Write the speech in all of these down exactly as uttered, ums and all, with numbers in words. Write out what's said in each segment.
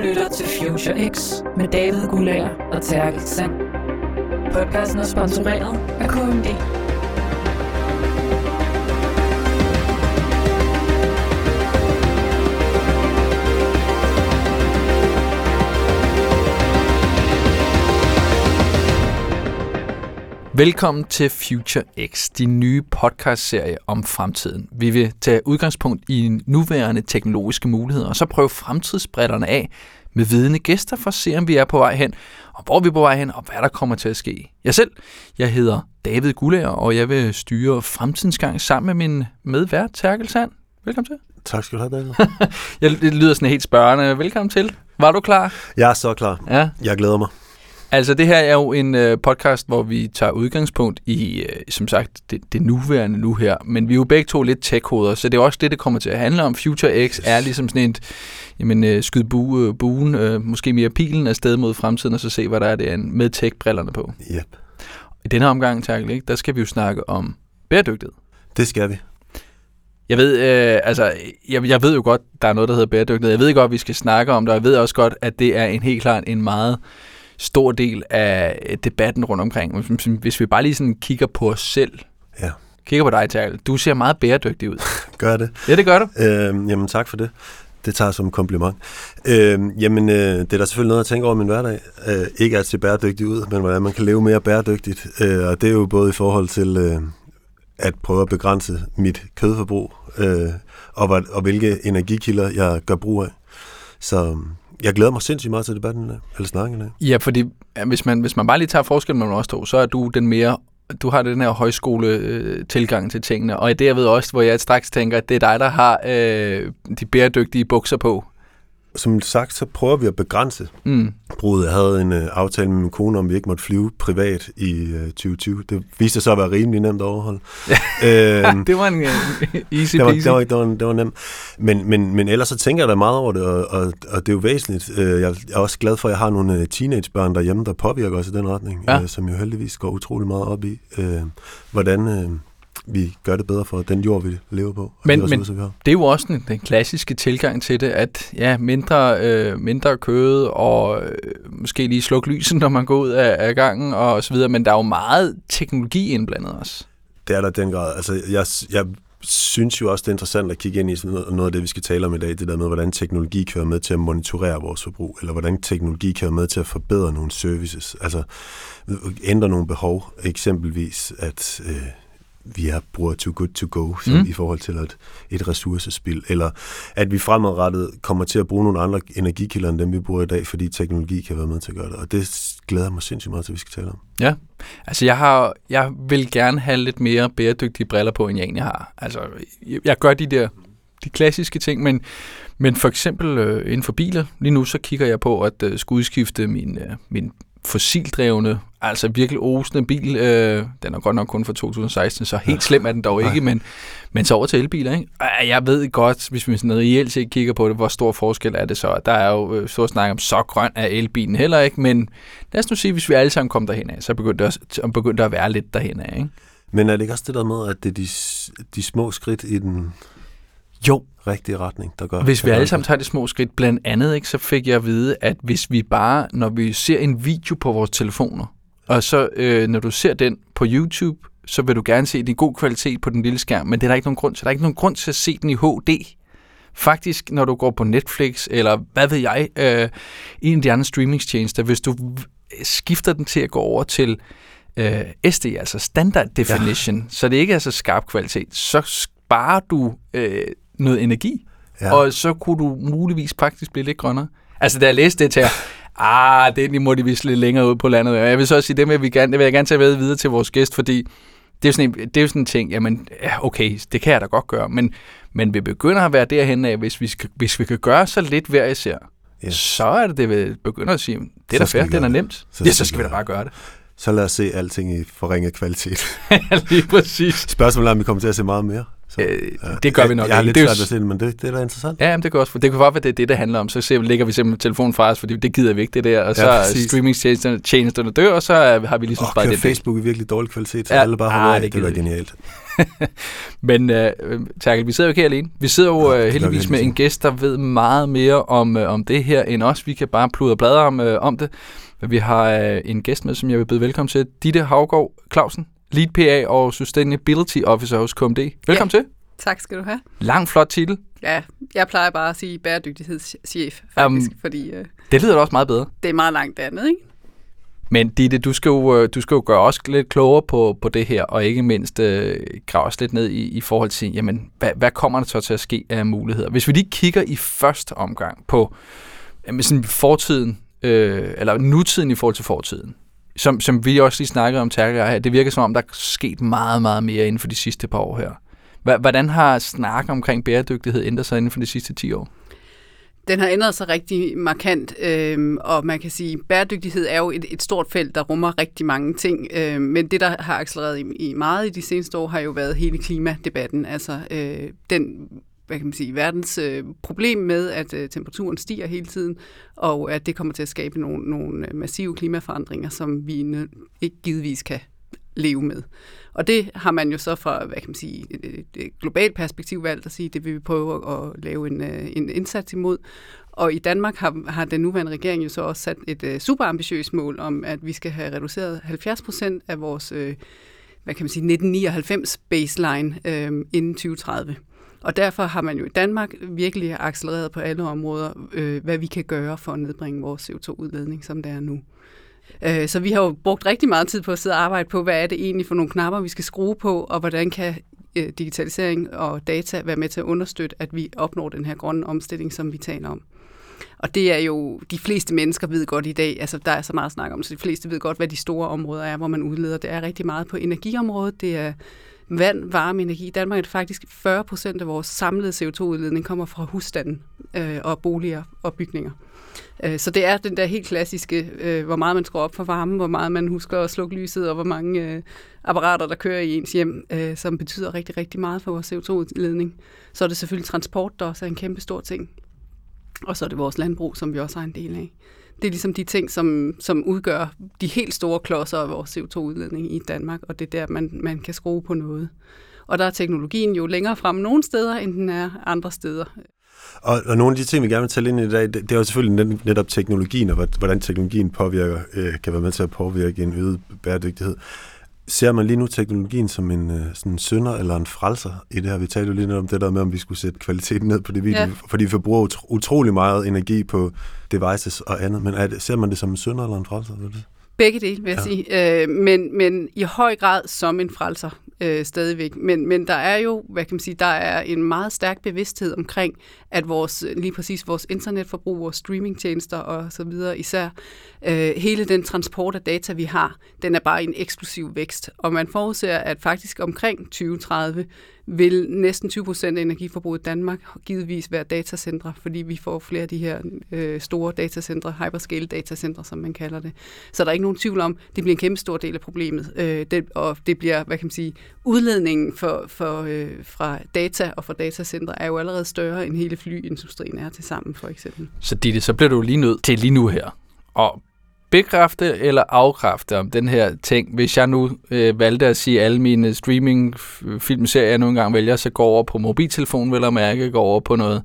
lytter til Future X med David Guldager og Terkel Sand. Podcasten er sponsoreret af K M D. Velkommen til Future X, din nye podcastserie om fremtiden. Vi vil tage udgangspunkt i nuværende teknologiske muligheder, og så prøve fremtidsbrillerne af med vidende gæster for at se, om vi er på vej hen, og hvor vi er på vej hen, og hvad der kommer til at ske. Jeg selv, jeg hedder David Guldager, og jeg vil styre fremtidens gang sammen med min medvært, Terkel Sand. Velkommen til. Tak skal du have, David. jeg, det lyder sådan helt spørgende. Velkommen til. Var du klar? Jeg er så klar. Ja. Jeg glæder mig. Altså det her er jo en øh, podcast, hvor vi tager udgangspunkt i, øh, som sagt, det, det nuværende nu her. Men vi er jo begge to lidt tech-hoveder, så det er også det, det kommer til at handle om. Future X er ligesom sådan et, jamen, øh, skyd bue, buen, øh, måske mere pilen afsted mod fremtiden, og så se, hvad der er det med tech-brillerne på. Yep. I denne omgang, Terkel, ikke, der skal vi jo snakke om bæredygtighed. Det skal vi. Jeg ved, øh, altså, jeg, jeg ved jo godt, der er noget, der hedder bæredygtighed. Jeg ved godt, vi skal snakke om det, og jeg ved også godt, at det er en helt klart en meget stor del af debatten rundt omkring. Hvis vi bare lige sådan kigger på os selv. Ja. Kigger på dig, Terkel. Du ser meget bæredygtig ud. Gør jeg det? Ja, det gør du. Øhm, jamen, tak for det. Det tager jeg som en kompliment. Øhm, jamen, øh, det er der selvfølgelig noget at tænke over i min hverdag. Øh, ikke at se bæredygtig ud, men hvordan man kan leve mere bæredygtigt. Øh, og det er jo både i forhold til øh, at prøve at begrænse mit kødforbrug, øh, og, og hvilke energikilder jeg gør brug af. Så jeg glæder mig sindssygt meget til debatten, eller snakken af. Ja, fordi hvis man, hvis man bare lige tager forskel mellem os to, så er du den mere, du har den her højskole-tilgang til tingene, og det jeg ved også, hvor jeg straks tænker, at det er dig, der har øh, de bæredygtige bukser på. Som sagt, så prøver vi at begrænse mm. bruget. Jeg havde en uh, aftale med min kone, om vi ikke måtte flyve privat i uh, tyve tyve. Det viste sig at være rimelig nemt at overholde. øhm, det var en uh, easy det var, peasy. Det var, det var, det var nemt. Men, men, men ellers så tænker jeg da meget over det, og, og, og det er jo væsentligt. Jeg er også glad for, at jeg har nogle teenagebørn derhjemme, der påvirker os i den retning, ja. uh, som jo heldigvis går utrolig meget op i, uh, hvordan Uh, vi gør det bedre for den jord, vi lever på. Men, de ressourcer, men vi har. Det er jo også den, den klassiske tilgang til det, at ja, mindre, øh, mindre kød og øh, måske lige slukke lyset, når man går ud af, af gangen og så videre, men der er jo meget teknologi indblandet også. Det er der den grad. Altså, jeg, jeg synes jo også, det er interessant at kigge ind i noget af det, vi skal tale om i dag, det der med, hvordan teknologi kan være med til at monitorere vores forbrug, eller hvordan teknologi kan være med til at forbedre nogle services, altså ændre nogle behov, eksempelvis at Øh, vi er bruger too good to go så mm. i forhold til et, et ressourcespil, eller at vi fremadrettet kommer til at bruge nogle andre energikilder end dem, vi bruger i dag, fordi teknologi kan være med til at gøre det. Og det glæder mig sindssygt meget til, at vi skal tale om. Ja, altså jeg, har, jeg vil gerne have lidt mere bæredygtige briller på, end jeg egentlig har. Altså, jeg gør de der de klassiske ting, men, men for eksempel øh, inden for biler, lige nu så kigger jeg på at øh, skulle udskifte min, øh, min fossildrevne, altså virkelig osende bil. Øh, den er godt nok kun fra to tusind og seksten, så helt slem er den dog ikke, men, men så over til elbiler, ikke? Jeg ved godt, hvis vi sådan reelt set kigger på det, hvor stor forskel er det så. Der er jo stor snak om, så grøn er elbilen heller ikke, men lad os nu sige, hvis vi alle sammen kom derhen af, så begyndte det, også, begyndte det at være lidt derhen af, ikke? Men er det ikke også det der med, at det er de, de små skridt i den jo rigtige retning, der gør? Hvis vi alle sammen tager de små skridt, blandt andet, ikke, så fik jeg at vide, at hvis vi bare, når vi ser en video på vores telefoner, og så øh, når du ser den på YouTube, så vil du gerne se den i god kvalitet på den lille skærm, men det er der ikke nogen grund til. Der er ikke nogen grund til at se den i H D. Faktisk, når du går på Netflix, eller hvad ved jeg, øh, en af de andre streamingstjenester, hvis du skifter den til at gå over til øh, S D, altså Standard Definition, ja. Så det ikke er så skarp kvalitet, så sparer du øh, noget energi, ja. Og så kunne du muligvis faktisk blive lidt grønnere. Altså, da jeg læste det til jer, ah, det må de vist lidt længere ud på landet. Og jeg vil så også sige, det, med, vi gerne, det vil jeg gerne tage med videre til vores gæst, fordi det er jo sådan en, det er jo sådan en ting, jamen, ja, okay, det kan jeg da godt gøre, men, men vi begynder at være derhen af, hvis vi, skal, hvis vi kan gøre så lidt hver især, yes. Så er det det, vi begynder at sige, det er da fair, det er nemt. Så ja, så skal vi da bare gøre det. Så lad os se alting i forringet kvalitet. Ja, lige præcis. Spørgsmålet er, om vi kommer til at se meget mere. Så, øh, ja, det gør jeg, vi nok jeg har ikke. lidt Det er svært jo- at se det, men det, det er da interessant. Ja, jamen, det kan også, det kan godt være, det er det, det handler om. Så ser, lægger vi simpelthen telefonen fra os, fordi det gider vi ikke, det der. Og så Ja, ja, præcis. streamingtjenesterne dør, og så er- har vi ligesom Og sparet kører det væk. Facebook i virkelig dårlig kvalitet, så Ja, ja, alle bare holder ah, af. det Det, det gider var vi. genialt. Men øh, Terkel, vi sidder jo ikke her alene. Vi sidder jo Nej, øh, det gør vi heldigvis med heldigvis en gæst, der ved meget mere om, øh, om det her end os. Vi kan bare pludre og bladre om, øh, om det. Men vi har øh, en gæst med, som jeg vil byde velkommen til. Ditte Haugaard Clausen, Lead P A og Sustainability Officer hos K M D. Velkommen ja. til. Tak skal du have. Lang, flot titel. Ja, jeg plejer bare at sige bæredygtighedschef, faktisk, um, fordi øh, Det lyder da også meget bedre. det er meget langt det andet, ikke? Men Ditte, du skal jo, du skal jo gøre os lidt klogere på, på det her, og ikke mindst øh, grave os lidt ned i, i forhold til, jamen, hvad, hvad kommer der så til at ske af muligheder? Hvis vi lige kigger i første omgang på jamen, sådan fortiden, øh, eller nutiden i forhold til fortiden, som, som vi også lige snakkede om, Terkel og her, det virker som om, der er sket meget, meget mere inden for de sidste par år her. Hvordan har snakken omkring bæredygtighed ændret sig inden for de sidste ti år? Den har ændret sig rigtig markant, øh, og man kan sige, at bæredygtighed er jo et, et stort felt, der rummer rigtig mange ting. Øh, men det, der har accelereret i, i meget i de seneste år, har jo været hele klimadebatten. Altså øh, den, hvad kan man sige, verdens øh, problem med, at øh, temperaturen stiger hele tiden, og at det kommer til at skabe nogle, nogle massive klimaforandringer, som vi nø- ikke givetvis kan leve med. Og det har man jo så fra, hvad kan man sige, et, et globalt perspektiv valgt at sige, det vil vi prøve at lave en, en indsats imod. Og i Danmark har, har den nuværende regering jo så også sat et uh, superambitiøst mål om, at vi skal have reduceret halvfjerds procent af vores, uh, hvad kan man sige, nitten nioghalvfems baseline uh, inden tyve tredive. Og derfor har man jo i Danmark virkelig accelereret på alle områder, uh, hvad vi kan gøre for at nedbringe vores C O to udledning, som det er nu. Så vi har jo brugt rigtig meget tid på at sidde og arbejde på, hvad er det egentlig for nogle knapper, vi skal skrue på, og hvordan kan digitalisering og data være med til at understøtte, at vi opnår den her grønne omstilling, som vi taler om. Og det er jo, de fleste mennesker ved godt i dag, altså der er så meget snak om, så de fleste ved godt, hvad de store områder er, hvor man udleder. Det er rigtig meget på energiområdet, det er vand, varme, energi. I Danmark er det faktisk fyrre procent af vores samlede C O to udledning kommer fra husstanden øh, og boliger og bygninger. Så det er den der helt klassiske, øh, hvor meget man skruer op for varmen, hvor meget man husker at slukke lyset, og hvor mange øh, apparater, der kører i ens hjem, øh, som betyder rigtig, rigtig meget for vores C O to udledning. Så er det selvfølgelig transport, der også er en kæmpe stor ting. Og så er det vores landbrug, som vi også har en del af. Det er ligesom de ting, som, som udgør de helt store klodser af vores C O to udledning i Danmark, og det er der, man, man kan skrue på noget. Og der er teknologien jo længere frem nogle steder, end den er andre steder. Og, og nogle af de ting, vi gerne vil tale ind i dag, det, det er jo selvfølgelig netop teknologien, og hvordan teknologien påvirker, øh, kan være med til at påvirke en øget bæredygtighed. Ser man lige nu teknologien som en øh, sådan en synder eller en frelser i det her? Vi talte jo lige om det der med, om vi skulle sætte kvaliteten ned på det video, ja. Fordi vi forbruger utro, utrolig meget energi på devices og andet, men er det, ser man det som en synder eller en frelser? Det? Begge dele, vil jeg ja. sige. Øh, men, men i høj grad som en frelser øh, stadigvæk. Men, men der er jo, hvad kan man sige, der er en meget stærk bevidsthed omkring, at vores, lige præcis vores internetforbrug, vores streamingtjenester og så videre, især øh, hele den transport af data, vi har, den er bare en eksplosiv vækst. Og man forudser, at faktisk omkring tyve tredive vil næsten tyve procent af energiforbruget i Danmark givetvis være datacentre, fordi vi får flere af de her øh, store datacentre, hyperscale datacentre, som man kalder det. Så der er ikke nogen tvivl om, det bliver en kæmpe stor del af problemet. Øh, det, og det bliver, hvad kan man sige, udledningen for, for, øh, fra data og fra datacentre er jo allerede større, end hele flyindustrien er til sammen, for eksempel. Så Ditte, så bliver du lige nødt til lige nu her og bekræfte eller afkræfte om den her ting. Hvis jeg nu øh, valgte at sige, at alle mine streaming-filmserier, jeg nu engang vælger, så går over på mobiltelefonen, vel at mærke, går over på noget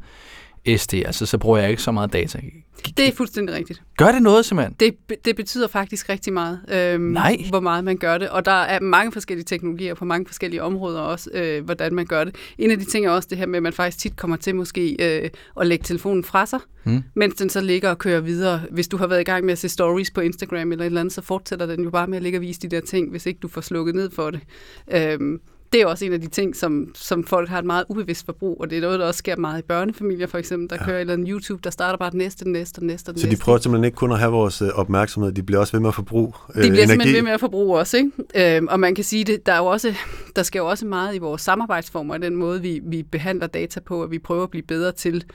S D. Altså, så bruger jeg ikke så meget data. Det er fuldstændig rigtigt. Gør det noget, simpelthen? Det, det betyder faktisk rigtig meget, øhm, Nej. hvor meget man gør det. Og der er mange forskellige teknologier på mange forskellige områder også, øh, hvordan man gør det. En af de ting er også det her med, at man faktisk tit kommer til måske øh, at lægge telefonen fra sig, hmm. mens den så ligger og kører videre. Hvis du har været i gang med at se stories på Instagram eller et eller andet, så fortsætter den jo bare med at ligge og vise de der ting, hvis ikke du får slukket ned for det. Øhm, Det er også en af de ting, som, som folk har et meget ubevidst forbrug, og det er noget, der også sker meget i børnefamilier, for eksempel, der ja. kører et eller andet YouTube, der starter bare den næste, den næste, den næste, den Så næste. de prøver simpelthen ikke kun at have vores opmærksomhed, de bliver også ved med at forbruge øh, energi? De bliver simpelthen ved med at forbruge også, ikke? Øhm, og man kan sige, det, der, er jo også, der sker jo også meget i vores samarbejdsformer, den måde, vi, vi behandler data på, og vi prøver at blive bedre til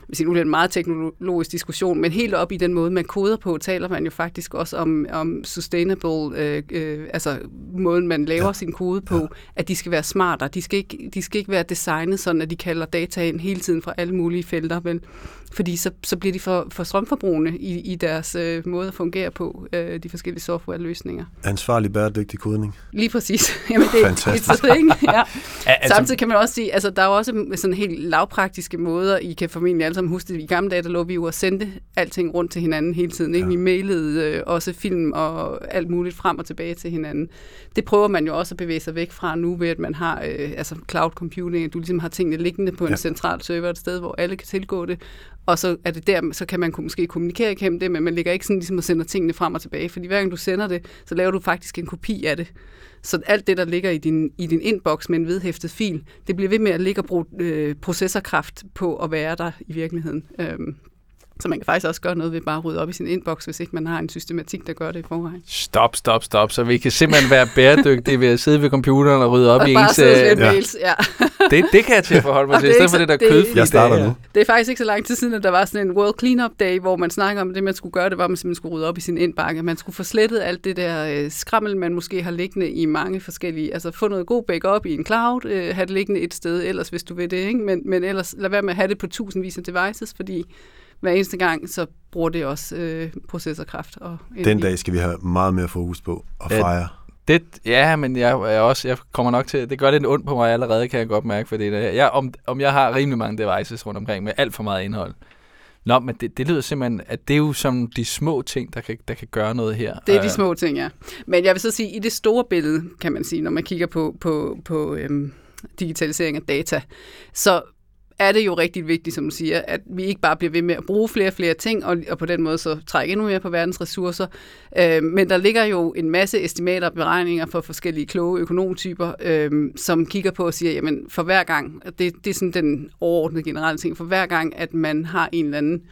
hvis nu er det en meget teknologisk diskussion, men helt op i den måde, man koder på, taler man jo faktisk også om, om sustainable, øh, øh, altså måden, man laver ja. sin kode på, ja. at de skal være smartere. De skal, ikke, de skal ikke være designet sådan, at de kalder data ind hele tiden fra alle mulige felter, vel? Fordi så, så bliver de for, for strømforbrugende i, i deres øh, måde at fungere på, øh, de forskellige softwareløsninger. Ansvarlig bæredygtig kodning. Lige præcis. Jamen, det er fantastisk. Et, ikke? Ja. Altså, samtidig kan man også sige, altså der er også sådan helt lavpraktiske måder, I kan formentlig alle sammen huske det. I gamle dage, der lå vi jo at sende alting rundt til hinanden hele tiden. Ikke? Ja. Vi mailede øh, også film og alt muligt frem og tilbage til hinanden. Det prøver man jo også at bevæge sig væk fra nu, ved at man har øh, altså cloud computing, at du ligesom har tingene liggende på en ja. central server, et sted, hvor alle kan tilgå det. Og så er det der, så kan man måske kommunikere igennem det, men man ligger ikke sådan ligesom og sender tingene frem og tilbage, fordi hver gang du sender det, så laver du faktisk en kopi af det. Så alt det, der ligger i din, i din inbox med en vedhæftet fil, det bliver ved med at ligge og bruge øh, processorkraft på at være der i virkeligheden. Øhm, så man kan faktisk også gøre noget ved bare at rydde op i sin inbox, hvis ikke man har en systematik, der gør det i forvejen. Stop, stop, stop. Så vi kan simpelthen være bæredygtige ved at sidde ved computeren og rydde op og i ens... Og bare mails, ja. det, det kan jeg til at forholde mig til, i stedet for det der kødfri. Jeg starter nu. Det er faktisk ikke så lang tid siden, at der var sådan en World Cleanup Day, hvor man snakker om, at det, man skulle gøre, det var, at man simpelthen skulle rydde op i sin indbakke. Man skulle få slettet alt det der øh, skrammel, man måske har liggende i mange forskellige... Altså få noget god backup i en cloud, øh, have det liggende et sted, ellers hvis du vil det, ikke? Men, men ellers lad være med at have det på tusindvis af devices, fordi hver eneste gang, så bruger det også øh, processorkraft. Og den dag skal vi have meget mere fokus på og fejre. Det, ja, men jeg, jeg, også, jeg kommer nok til, det gør lidt ondt på mig allerede, kan jeg godt mærke, fordi det, jeg, om, om jeg har rimelig mange devices rundt omkring med alt for meget indhold. Nå, men det, det lyder simpelthen, at det er jo som de små ting, der kan, der kan gøre noget her. Det er de små ting, ja. Men jeg vil så sige, i det store billede, kan man sige, når man kigger på, på, på øhm, digitalisering af data, så er det jo rigtig vigtigt, som du siger, at vi ikke bare bliver ved med at bruge flere og flere ting, og, og på den måde så trække endnu mere på verdens ressourcer. Øh, men der ligger jo en masse estimater og beregninger for forskellige kloge økonomtyper, øh, som kigger på og siger, jamen for hver gang, det, det er sådan den overordnede generelle ting, for hver gang, at man har en eller anden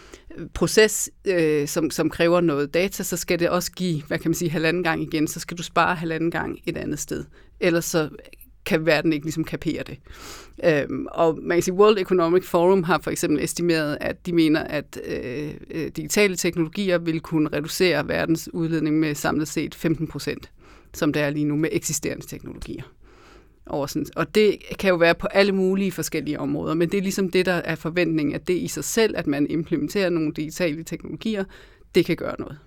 proces, øh, som, som kræver noget data, så skal det også give, hvad kan man sige, halvanden gang igen, så skal du spare halvanden gang et andet sted. Ellers så kan verden ikke ligesom kapere det. Øhm, og man kan sige, World Economic Forum har for eksempel estimeret, at de mener, at øh, digitale teknologier vil kunne reducere verdens udledning med samlet set femten procent, som det er lige nu med eksisterende teknologier. Og, sådan, og det kan jo være på alle mulige forskellige områder, men det er ligesom det, der er forventningen, at det i sig selv, at man implementerer nogle digitale teknologier, det kan gøre noget.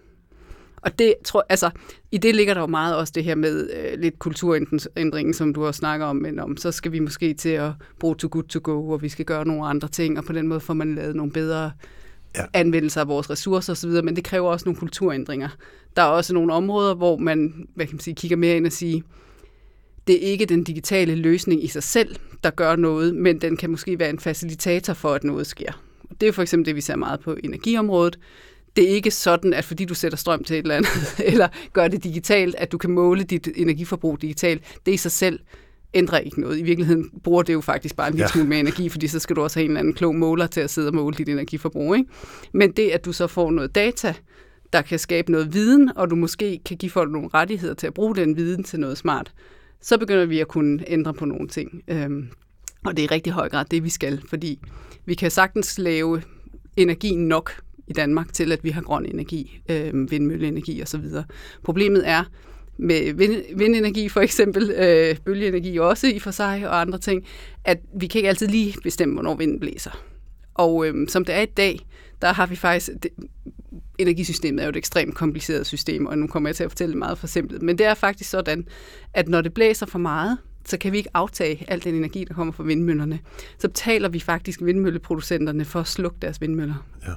Og det tror altså i det ligger der jo meget også det her med øh, lidt kulturændringen, som du også snakker om, men om så skal vi måske til at bruge Too Good To Go, og vi skal gøre nogle andre ting, og på den måde får man lavet nogle bedre ja. anvendelser af vores ressourcer osv., men det kræver også nogle kulturændringer. Der er også nogle områder, hvor man, hvad kan man sige, kigger mere ind og siger, det er ikke den digitale løsning i sig selv, der gør noget, men den kan måske være en facilitator for, at noget sker. Det er jo for eksempel det, vi ser meget på energiområdet. Det er ikke sådan, at fordi du sætter strøm til et eller andet, eller gør det digitalt, at du kan måle dit energiforbrug digitalt. Det i sig selv ændrer ikke noget. I virkeligheden bruger det jo faktisk bare en lille smule mere energi, fordi så skal du også have en eller anden klog måler til at sidde og måle dit energiforbrug. Ikke? Men det, at du så får noget data, der kan skabe noget viden, og du måske kan give folk nogle rettigheder til at bruge den viden til noget smart, så begynder vi at kunne ændre på nogle ting. Øhm, og det er i rigtig høj grad det, vi skal, fordi vi kan sagtens lave energi nok i Danmark til, at vi har grøn energi, øh, vindmølleenergi osv. Problemet er med vind, vindenergi for eksempel, øh, bølgeenergi også i for sig og andre ting, at vi kan ikke altid lige bestemme, hvornår vinden blæser. Og øh, som det er i dag, der har vi faktisk... Det, energisystemet er jo et ekstremt kompliceret system, og nu kommer jeg til at fortælle det meget forsimplet, men det er faktisk sådan, at når det blæser for meget, så kan vi ikke aftage al den energi, der kommer fra vindmøllerne. Så betaler vi faktisk vindmølleproducenterne for at slukke deres vindmøller. Ja.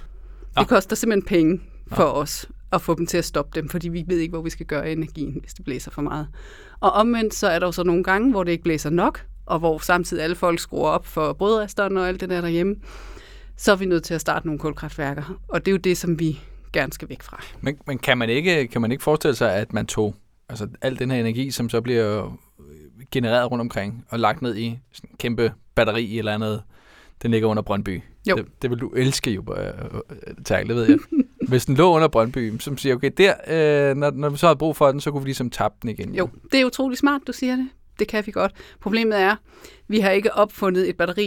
Det koster simpelthen penge for ja. os at få dem til at stoppe dem, fordi vi ved ikke, hvor vi skal gøre energien, hvis det blæser for meget. Og omvendt så er der jo så nogle gange, hvor det ikke blæser nok, og hvor samtidig alle folk skruer op for brødresterne og alt det der derhjemme, så er vi nødt til at starte nogle kulkraftværker. Og det er jo det, som vi gerne skal væk fra. Men, men kan man ikke kan man ikke forestille sig, at man tog altså al den her energi, som så bliver genereret rundt omkring og lagt ned i sådan en kæmpe batteri eller andet, den ligger under Brøndby? Jo. Det, det vil du elske jo, Terkel, det ved jeg. Hvis den lå under Brøndby, som siger, okay, der, øh, når, når vi så har brug for den, så kunne vi ligesom tabe den igen. Jo, det er utrolig smart, du siger det. Det kan vi godt. Problemet er, vi har ikke opfundet et batteri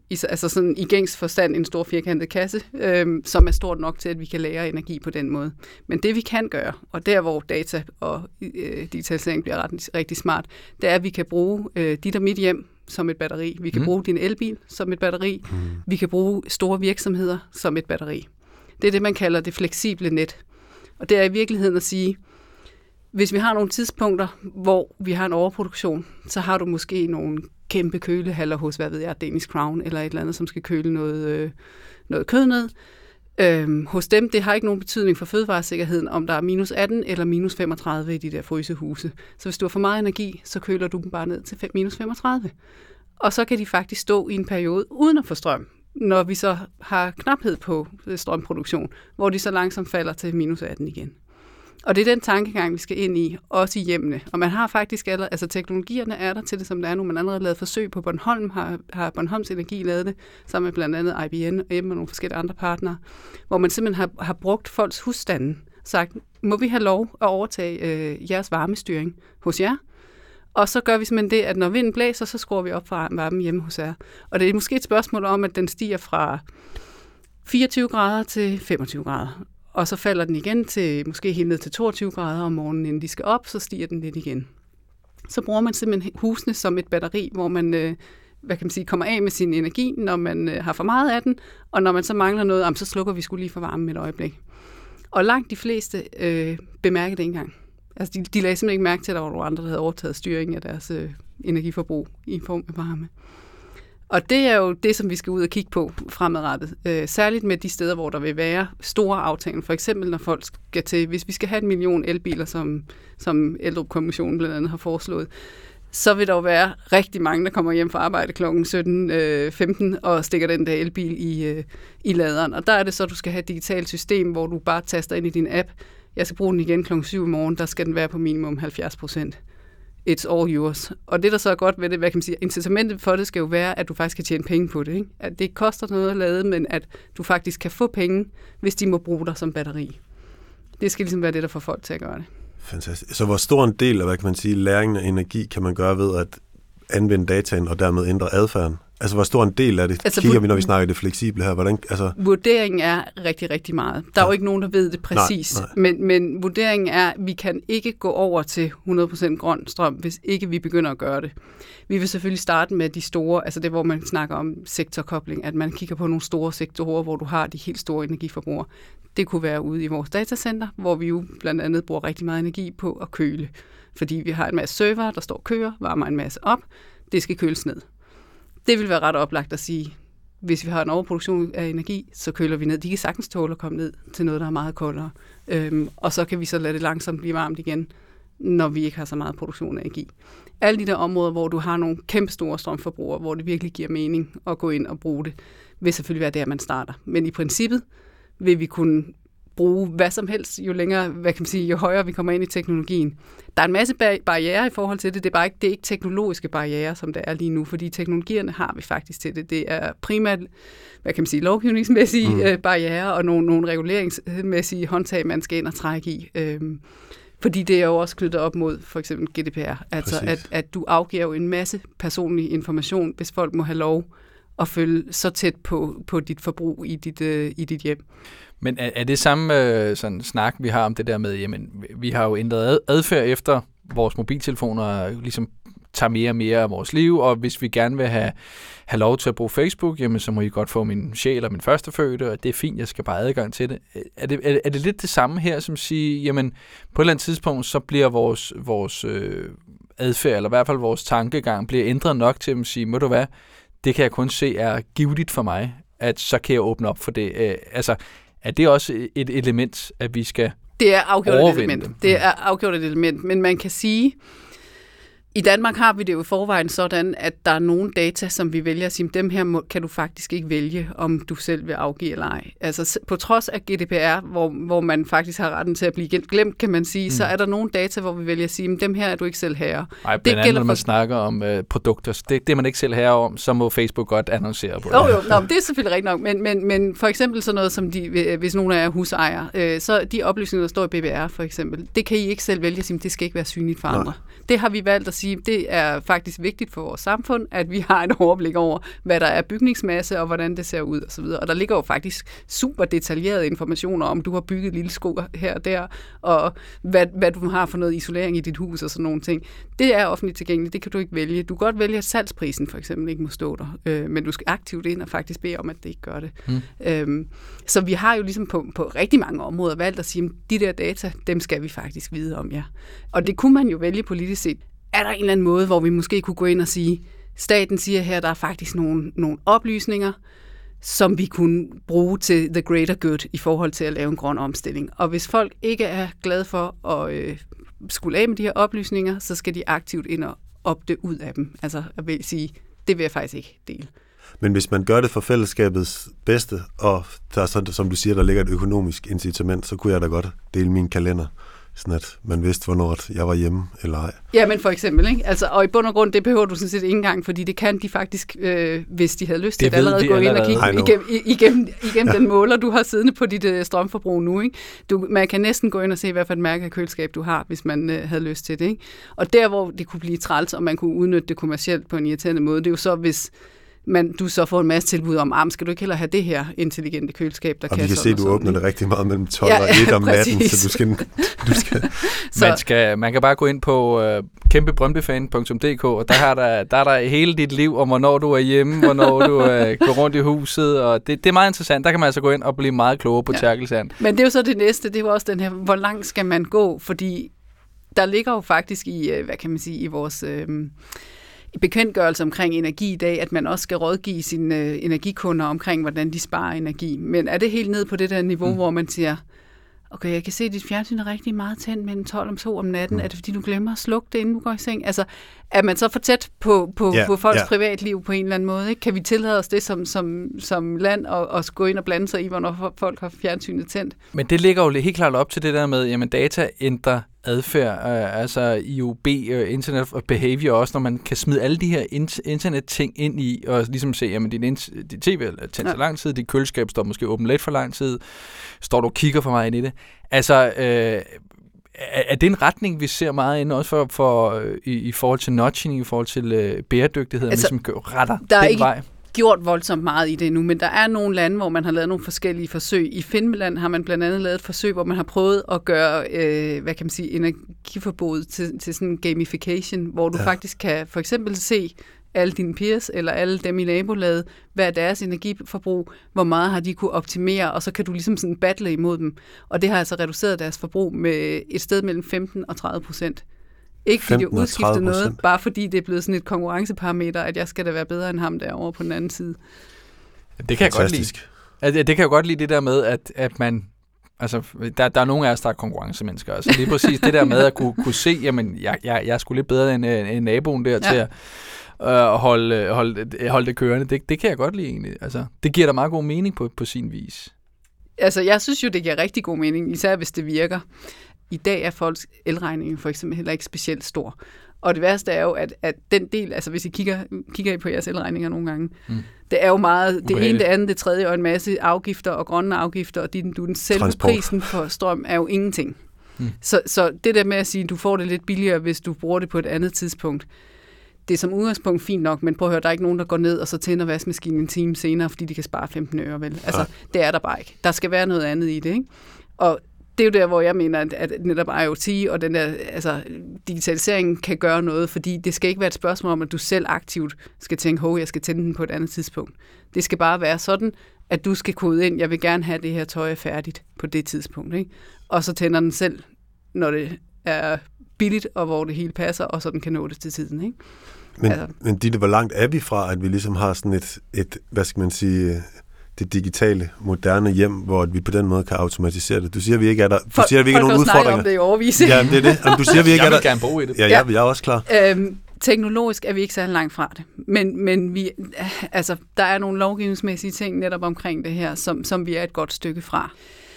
i, altså sådan i gængs forstand en stor firkantet kasse, øhm, som er stort nok til, at vi kan lære energi på den måde. Men det vi kan gøre, og der hvor data og øh, digitalisering bliver ret, rigtig smart, det er, at vi kan bruge øh, dit og mit hjem som et batteri. Vi kan mm. bruge din elbil som et batteri. Mm. Vi kan bruge store virksomheder som et batteri. Det er det, man kalder det fleksible net. Og det er i virkeligheden at sige, hvis vi har nogle tidspunkter, hvor vi har en overproduktion, så har du måske nogle kæmpe kølehaller hos, hvad ved jeg, Danish Crown eller et eller andet, som skal køle noget, øh, noget kød ned. Øhm, hos dem, det har ikke nogen betydning for fødevaresikkerheden, om der er minus atten eller minus femogtredive i de der frysehuse. Så hvis du har for meget energi, så køler du dem bare ned til minus femogtredive. Og så kan de faktisk stå i en periode uden at få strøm, når vi så har knaphed på strømproduktion, hvor de så langsomt falder til minus atten igen. Og det er den tankegang, vi skal ind i, også i hjemmene. Og man har faktisk allerede, altså teknologierne er der til det, som det er nu. Man har allerede lavet forsøg på Bornholm, har, har Bornholms Energi lavet det, sammen med blandt andet I B M og nogle forskellige andre partnere, hvor man simpelthen har, har brugt folks husstande, sagt, må vi have lov at overtage øh, jeres varmestyring hos jer? Og så gør vi simpelthen det, at når vinden blæser, så skruer vi op for varmen hjemme hos jer. Og det er måske et spørgsmål om, at den stiger fra fireogtyve grader til femogtyve grader. Og så falder den igen til måske helt ned til toogtyve grader om morgenen, inden de skal op, så stiger den lidt igen. Så bruger man simpelthen husene som et batteri, hvor man øh, hvad kan man sige, kommer af med sin energi, når man øh, har for meget af den, og når man så mangler noget, jamen, så slukker vi skulle lige for varmen et øjeblik. Og langt de fleste øh, bemærker det ikke engang. Altså, de, de lagde simpelthen ikke mærke til, at der var nogle andre, der havde overtaget styringen af deres øh, energiforbrug i form af varme. Og det er jo det, som vi skal ud og kigge på fremadrettet. Øh, særligt med de steder, hvor der vil være store aftaler. For eksempel, når folk skal til, hvis vi skal have en million elbiler, som, som Eldrup-kommissionen blandt andet har foreslået, så vil der jo være rigtig mange, der kommer hjem fra arbejde klokken sytten femten og stikker den der elbil i, øh, i laderen. Og der er det så, at du skal have et digitalt system, hvor du bare taster ind i din app. Jeg skal bruge den igen klokken syv i morgen, der skal den være på minimum halvfjerds procent. It's all yours. Og det, der så er godt ved det, hvad kan man sige, incitamentet for det skal jo være, at du faktisk kan tjene penge på det. Ikke? At det ikke koster noget at lade, men at du faktisk kan få penge, hvis de må bruge dig som batteri. Det skal ligesom være det, der får folk til at gøre det. Fantastisk. Så hvor stor en del af, hvad kan man sige, læringen af energi kan man gøre ved at anvende dataen og dermed ændre adfærden? Altså, hvor stor en del af det altså, kigger vi, når vi snakker det fleksible her? Hvordan, altså... Vurderingen er rigtig, rigtig meget. Der er ja. jo ikke nogen, der ved det præcis. Nej, nej. Men, men vurderingen er, at vi kan ikke gå over til hundrede procent grøn strøm, hvis ikke vi begynder at gøre det. Vi vil selvfølgelig starte med de store, altså det, hvor man snakker om sektorkobling, at man kigger på nogle store sektorer, hvor du har de helt store energiforbrugere. Det kunne være ude i vores datacenter, hvor vi jo blandt andet bruger rigtig meget energi på at køle. Fordi vi har en masse server, der står og kører, varmer en masse op. Det skal køles ned. Det vil være ret oplagt at sige, hvis vi har en overproduktion af energi, så køler vi ned. De kan sagtens tåle at komme ned til noget, der er meget koldere. Øhm, og så kan vi så lade det langsomt blive varmt igen, når vi ikke har så meget produktion af energi. Alle de der områder, hvor du har nogle kæmpe store strømforbrugere, hvor det virkelig giver mening at gå ind og bruge det, vil selvfølgelig være der, man starter. Men i princippet vil vi kunne bruge hvad som helst, jo længere, hvad kan man sige, jo højere vi kommer ind i teknologien. Der er en masse barrierer i forhold til det. Det er bare ikke, det er ikke teknologiske barrierer, som der er lige nu, fordi teknologierne har vi faktisk til det. Det er primært, hvad kan man sige, lovgivningsmæssige mm. barrierer og nogle, nogle reguleringsmæssige håndtag, man skal ind og trække i. Øhm, fordi det er jo også knyttet op mod for eksempel G D P R. Altså, at, at du afgiver jo en masse personlig information, hvis folk må have lov at følge så tæt på, på dit forbrug i dit, øh, i dit hjem. Men er, er det samme øh, sådan snak, vi har om det der med, jamen, vi har jo ændret adfærd efter vores mobiltelefoner ligesom tager mere og mere af vores liv, og hvis vi gerne vil have, have lov til at bruge Facebook, jamen, så må I godt få min sjæl og min førstefødte, og det er fint, jeg skal bare have adgang til det. Er det, er, er det lidt det samme her, som siger, jamen, på et eller andet tidspunkt, så bliver vores, vores øh, adfærd, eller i hvert fald vores tankegang, bliver ændret nok til at sige, må du hvad, det kan jeg kun se er givetigt for mig, at så kan jeg åbne op for det. Øh, altså, er det også et element, at vi skal Det er afgjort et element. Det er afgjort et element, men man kan sige, i Danmark har vi det jo i forvejen sådan, at der er nogle data, som vi vælger at sige, dem her må, kan du faktisk ikke vælge, om du selv vil afgive eller ej. Altså på trods af G D P R, hvor, hvor man faktisk har retten til at blive glemt, kan man sige, mm. så er der nogle data, hvor vi vælger at sige, dem her er du ikke selv herre. Nej, blandt andet, når man for... snakker om uh, produkter, det, det er man ikke selv herre om, så må Facebook godt annoncere på det. Jo, jo, nå, det er selvfølgelig rigtigt nok, men, men, men for eksempel sådan noget som, de, hvis nogen af jer husejere, øh, så de oplysninger, der står i B B R for eksempel, det kan I ikke selv vælge at sige, det skal ikke være synligt for andre. Nej. Det har vi valgt at sige, sige, det er faktisk vigtigt for vores samfund, at vi har et overblik over, hvad der er bygningsmasse, og hvordan det ser ud osv. Og der ligger jo faktisk super detaljerede informationer om, du har bygget lille sko her og der, og hvad, hvad du har for noget isolering i dit hus og sådan nogle ting. Det er offentligt tilgængeligt, det kan du ikke vælge. Du kan godt vælge, at salgsprisen for eksempel ikke må stå der, øh, men du skal aktivt ind og faktisk bede om, at det ikke gør det. Mm. Øhm, så vi har jo ligesom på, på rigtig mange områder valgt at sige, at de der data, dem skal vi faktisk vide om, ja. Og det kunne man jo vælge politisk set. Er der en eller anden måde, hvor vi måske kunne gå ind og sige, staten siger her, der er faktisk nogle, nogle oplysninger, som vi kunne bruge til the greater good i forhold til at lave en grøn omstilling. Og hvis folk ikke er glade for at øh, skulle af med de her oplysninger, så skal de aktivt ind og opte ud af dem. Altså jeg vil sige, det vil jeg faktisk ikke dele. Men hvis man gør det for fællesskabets bedste, og der er sådan, som du siger, der ligger et økonomisk incitament, så kunne jeg da godt dele min kalender, sådan at man vidste, hvornår jeg var hjemme eller ej. Ja, men for eksempel, ikke? Altså, og i bund og grund, det behøver du sådan set ikke engang, fordi det kan de faktisk, øh, hvis de havde lyst til det, allerede gå ind og kigge igennem, igennem, igennem ja. den måler, du har siddende på dit øh, strømforbrug nu. Ikke? Du, man kan næsten gå ind og se, hvad for et mærke af køleskab du har, hvis man øh, havde lyst til det. Ikke? Og der, hvor det kunne blive træls, og man kunne udnytte det kommercielt på en irriterende måde, det er jo så, hvis men du så får en masse tilbud om, ah, skal du ikke heller have det her intelligente køleskab, der og kan vi kan sådan se, og du sådan, åbner ikke? det rigtig meget mellem tolv ja, og et om præcis. natten, så du skal... Du skal man, skal man kan bare gå ind på uh, kæmpe brøndby fan punktum d k, og der, har der, der er der hele dit liv, og hvornår du er hjemme, hvornår du uh, går rundt i huset, og det, det er meget interessant. Der kan man altså gå ind og blive meget klogere på ja. Tærkelsand. Men det er jo så det næste, det er jo også den her, hvor langt skal man gå, fordi der ligger jo faktisk i, hvad kan man sige, i vores... Øh, bekendtgørelse omkring energi i dag, at man også skal rådgive sine øh, energikunder omkring, hvordan de sparer energi. Men er det helt ned på det der niveau, mm. hvor man siger, okay, jeg kan se, at dit fjernsyn er rigtig meget tændt mellem tolv og to om natten. Mm. Er det, fordi du glemmer at slukke det, inden du går i seng? Altså, er man så for tæt på, på, yeah, på folks yeah. privatliv på en eller anden måde? Ikke? Kan vi tillade os det som, som, som land og, og gå ind og blande sig i, hvornår folk har fjernsynet tændt? Men det ligger jo helt klart op til det der med, jamen data ændrer adfærd, øh, altså I O B, øh, Internet of Behavior også, når man kan smide alle de her internet-ting ind i, og ligesom se, jamen din, din tv er tændt ja. så lang tid, dit køleskab står måske åbent lidt for lang tid, står du og kigger for meget ind i det. Altså, øh, er, er det en retning, vi ser meget ind også for, for øh, i, i forhold til nudging, i forhold til øh, bæredygtighed, altså, ligesom retter der den ikke vej? Gjort voldsomt meget i det nu, men der er nogle lande, hvor man har lavet nogle forskellige forsøg. I Finland har man blandt andet lavet et forsøg, hvor man har prøvet at gøre, øh, hvad kan man sige, energiforbruget til, til sådan en gamification, hvor du ja. faktisk kan for eksempel se alle dine peers, eller alle dem i nabolaget, hvad er deres energiforbrug, hvor meget har de kunne optimere, og så kan du ligesom sådan battle imod dem. Og det har altså reduceret deres forbrug med et sted mellem femten og tredive procent. Ikke fordi det udskifter noget, bare fordi det er blevet sådan et konkurrenceparameter, at jeg skal da være bedre end ham derovre på den anden side. Det kan jeg godt lide. Altså, det kan jeg godt lide det der med, at, at man... Altså, der, der er nogle af os, der er konkurrencemennesker. Altså lige præcis det der med at kunne, kunne se, jamen, jeg, jeg, jeg er sgu lidt bedre end, end naboen der ja. til at øh, holde, holde, holde det kørende. Det, det kan jeg godt lide egentlig. Altså, det giver da meget god mening på, på sin vis. Altså, jeg synes jo, det giver rigtig god mening, især hvis det virker. I dag er folks elregning for eksempel heller ikke specielt stor. Og det værste er jo, at, at den del, altså hvis I kigger, kigger I på jeres elregninger nogle gange, mm. det er jo meget, det ene, det andet, det tredje og en masse afgifter og grønne afgifter, og din, du, den selve Transport. prisen for strøm er jo ingenting. Mm. Så, så det der med at sige, at du får det lidt billigere, hvis du bruger det på et andet tidspunkt, det er som udgangspunkt fint nok, men prøv at høre, der er ikke nogen, der går ned og så tænder vaskemaskinen en time senere, fordi de kan spare femten øre, vel? Altså, det er der bare ikke. Der skal være noget andet i det, ikke? Og det er jo der, hvor jeg mener, at, at netop IoT og den der, altså, digitaliseringen kan gøre noget, fordi det skal ikke være et spørgsmål om, at du selv aktivt skal tænke, hov, jeg skal tænde den på et andet tidspunkt. Det skal bare være sådan, at du skal kode ind, jeg vil gerne have det her tøj færdigt på det tidspunkt, ikke? Og så tænder den selv, når det er billigt, og hvor det hele passer, og så den kan nå det til tiden, ikke? Men, altså. men Ditte, hvor langt er vi fra, at vi ligesom har sådan et, et hvad skal man sige, det digitale, moderne hjem, hvor vi på den måde kan automatisere det? Du siger, vi ikke er der. Du siger, vi ikke er nogen udfordringer. Folk om det i overvis. Ja, det er det. Jamen, du siger, vi ikke er der. Jeg vil gerne bo i det. Ja, ja. Jeg, jeg er også klar. Øhm, teknologisk er vi ikke særlig langt fra det. Men, men vi, altså, der er nogle lovgivningsmæssige ting netop omkring det her, som, som vi er et godt stykke fra.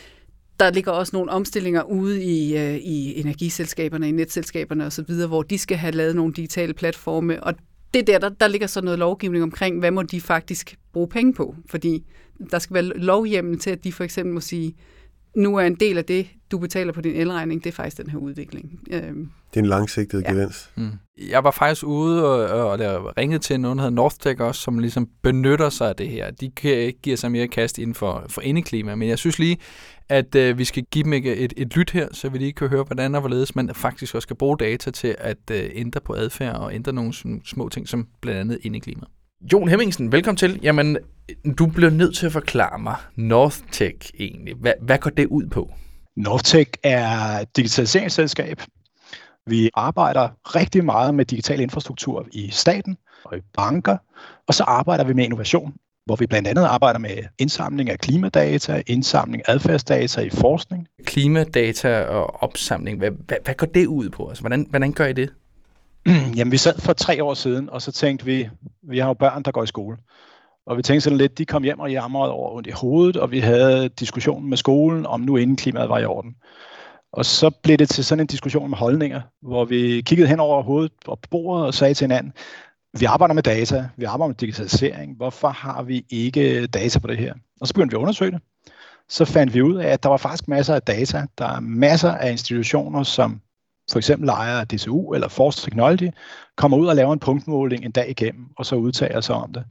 Der ligger også nogle omstillinger ude i, øh, i energiselskaberne, i netselskaberne osv., hvor de skal have lavet nogle digitale platforme, og det der, der, der ligger så noget lovgivning omkring, hvad må de faktisk bruge penge på, fordi der skal være lovhjemmel til, at de for eksempel må sige, nu er en del af det, du betaler på din elregning, det er faktisk den her udvikling. Øhm. Det er en langsigtet ja. gevinst. Mm. Jeg var faktisk ude og, og der ringede til nogen, der hedder Northtech også, som ligesom benytter sig af det her. De giver sig mere kast inden for, for indeklima, men jeg synes lige, at øh, vi skal give dem et, et lyt her, så vi lige kan høre, hvordan og hvorledes man faktisk også skal bruge data til at øh, ændre på adfærd og ændre nogle små ting, som blandt andet indeklima. Jon Hemmingsen, velkommen til. Jamen, du bliver nødt til at forklare mig Northtech egentlig. Hvad, hvad går det ud på? Northtech er et digitaliseringsselskab. Vi arbejder rigtig meget med digital infrastruktur i staten og i banker, og så arbejder vi med innovation, hvor vi blandt andet arbejder med indsamling af klimadata, indsamling af adfærdsdata i forskning. Klimadata og opsamling, hvad, hvad, hvad går det ud på? Altså, hvordan, hvordan gør I det? Jamen, vi sad for tre år siden, og så tænkte vi, vi har jo børn, der går i skole. Og vi tænkte sådan lidt, de kom hjem og jamrede over ondt i hovedet, og vi havde diskussionen med skolen, om nu inden klimaet var i orden. Og så blev det til sådan en diskussion med holdninger, hvor vi kiggede hen over hovedet og på bordet og sagde til hinanden, vi arbejder med data, vi arbejder med digitalisering, hvorfor har vi ikke data på det her? Og så begyndte vi at undersøge det. Så fandt vi ud af, at der var faktisk masser af data. Der er masser af institutioner, som for eksempel ejer af D T U eller Force Technology, kommer ud og laver en punktmåling en dag igennem, og så udtaler sig om det.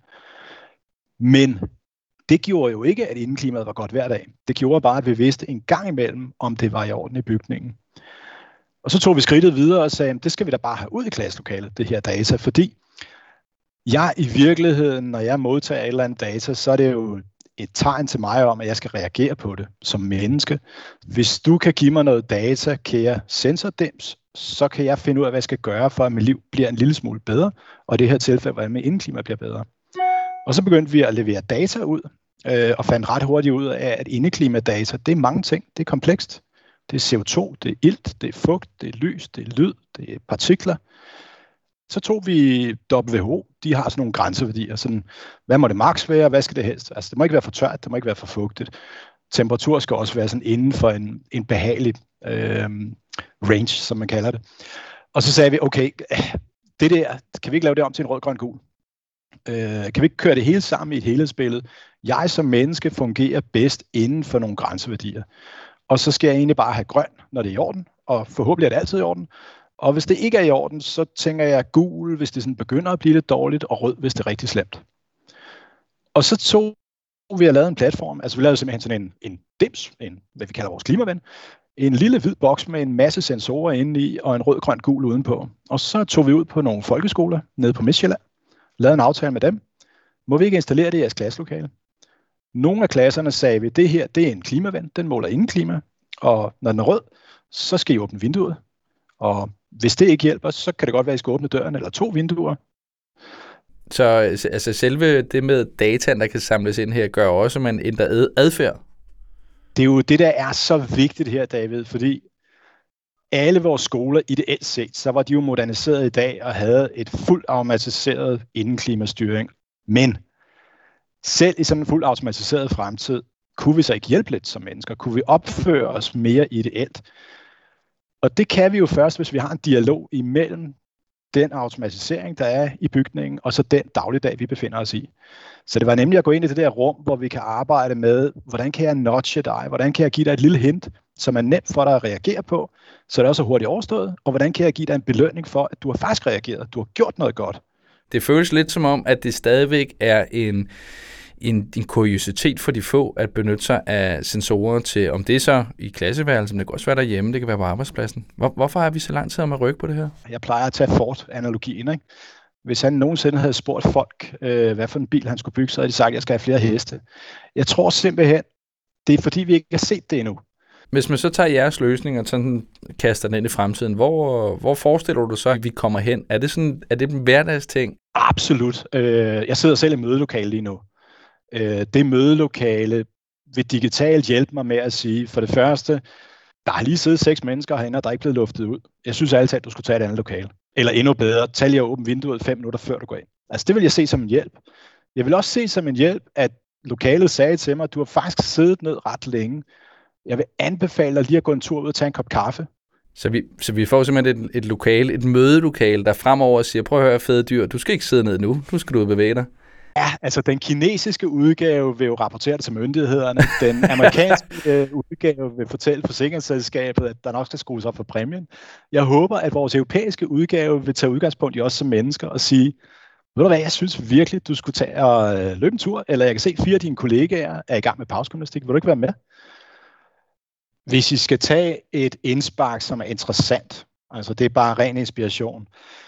Men det gjorde jo ikke, at indeklimaet var godt hver dag. Det gjorde bare, at vi vidste en gang imellem, om det var i orden i bygningen. Og så tog vi skridtet videre og sagde, at det skal vi da bare have ud i klasselokalet, det her data, fordi jeg i virkeligheden, når jeg modtager et eller andet data, så er det jo et tegn til mig om, at jeg skal reagere på det som menneske. Hvis du kan give mig noget data, kære sensordims, så kan jeg finde ud af, hvad jeg skal gøre, for at mit liv bliver en lille smule bedre, og i det her tilfælde, hvordan mit indeklima bliver bedre. Og så begyndte vi at levere data ud, øh, og fandt ret hurtigt ud af, at indeklimadata, det er mange ting, det er komplekst. Det er C O to, det er ilt, det er fugt, det er lys, det er lyd, det er partikler. Så tog vi W H O, de har sådan nogle grænseværdier, sådan, hvad må det maks være, hvad skal det helst? Altså det må ikke være for tørt, det må ikke være for fugtigt. Temperatur skal også være sådan inden for en, en behagelig øh, range, som man kalder det. Og så sagde vi, okay, det der, kan vi ikke lave det om til en rød, grøn, gul? Øh, kan vi ikke køre det hele sammen i et helhedsbillede? Jeg som menneske fungerer bedst inden for nogle grænseværdier. Og så skal jeg egentlig bare have grøn, når det er i orden, og forhåbentlig er det altid i orden. Og hvis det ikke er i orden, så tænker jeg gul, hvis det sådan begynder at blive lidt dårligt, og rød, hvis det er rigtig slemt. Og så tog vi og lavede en platform, altså vi lavede simpelthen sådan en, en dims, en, hvad vi kalder vores klimaven, en lille hvid boks med en masse sensorer inde i, og en rød, grøn, gul udenpå. Og så tog vi ud på nogle folkeskoler nede på Midtjylland, lavede en aftale med dem. Må vi ikke installere det i jeres klasselokale? Nogle af klasserne sagde vi, det her, det er en klimaven, den måler ingen klima, og når den er rød, så skal I åbne vinduet. Og hvis det ikke hjælper, så kan det godt være, at I skal åbne døren eller to vinduer. Så altså selve det med dataen, der kan samles ind her, gør også, at man ændrer adfærd? Det er jo det, der er så vigtigt her, David, fordi alle vores skoler, ideelt set, så var de jo moderniseret i dag og havde et fuldt automatiseret indeklimastyring. Men selv i sådan en fuldt automatiseret fremtid, kunne vi så ikke hjælpe lidt som mennesker? Kunne vi opføre os mere ideelt? Og det kan vi jo først, hvis vi har en dialog imellem den automatisering, der er i bygningen, og så den dagligdag, vi befinder os i. Så det var nemlig at gå ind i det der rum, hvor vi kan arbejde med, hvordan kan jeg nudge dig? Hvordan kan jeg give dig et lille hint, som er nemt for dig at reagere på, så det er også hurtigt overstået? Og hvordan kan jeg give dig en belønning for, at du har faktisk reageret? Du har gjort noget godt. Det føles lidt som om, at det stadigvæk er en, en, en kuriositet for de få at benytte sig af sensorer til, om det er så i klasseværelsen, det kan også være derhjemme, det kan være på arbejdspladsen. Hvor, hvorfor har vi så lang tid om at rykke på det her? Jeg plejer at tage Ford-analogien, ikke? Hvis han nogensinde havde spurgt folk, øh, hvad for en bil han skulle bygge, så havde de sagt, at jeg skal have flere heste. Jeg tror simpelthen, det er fordi, vi ikke har set det endnu. Hvis man så tager jeres løsning og sådan kaster den ind i fremtiden, hvor, hvor forestiller du så, at vi kommer hen? Er det, sådan, er det en hverdagsting? Absolut. Øh, jeg sidder selv i mødelokale lige nu. Øh, det mødelokale vil digitalt hjælpe mig med at sige, for det første, der har lige siddet seks mennesker herinde, og der er ikke blevet luftet ud. Jeg synes altid, at du skulle tage et andet lokale. Eller endnu bedre, tag lige at åbne vinduet fem minutter, før du går ind. Altså det vil jeg se som en hjælp. Jeg vil også se som en hjælp, at lokalet sagde til mig, at du har faktisk siddet ned ret længe. Jeg vil anbefale dig lige at gå en tur ud og tage en kop kaffe. Så vi, så vi får simpelthen et, et lokale, et mødelokale, der fremover siger, prøv at høre, fede dyr, du skal ikke sidde ned nu, nu skal du bevæge dig. Ja, altså den kinesiske udgave vil jo rapportere det til myndighederne. Den amerikanske øh, udgave vil fortælle forsikringsselskabet, at der nok skal skrues op for præmien. Jeg håber, at vores europæiske udgave vil tage udgangspunkt i os som mennesker og sige, ved du hvad, jeg synes virkelig, du skulle tage og øh, løbe en tur, eller jeg kan se, fire af dine kollegaer er i gang med pausegymnastik. Vil du ikke være med? Hvis I skal tage et indspark, som er interessant, altså det er bare ren inspiration,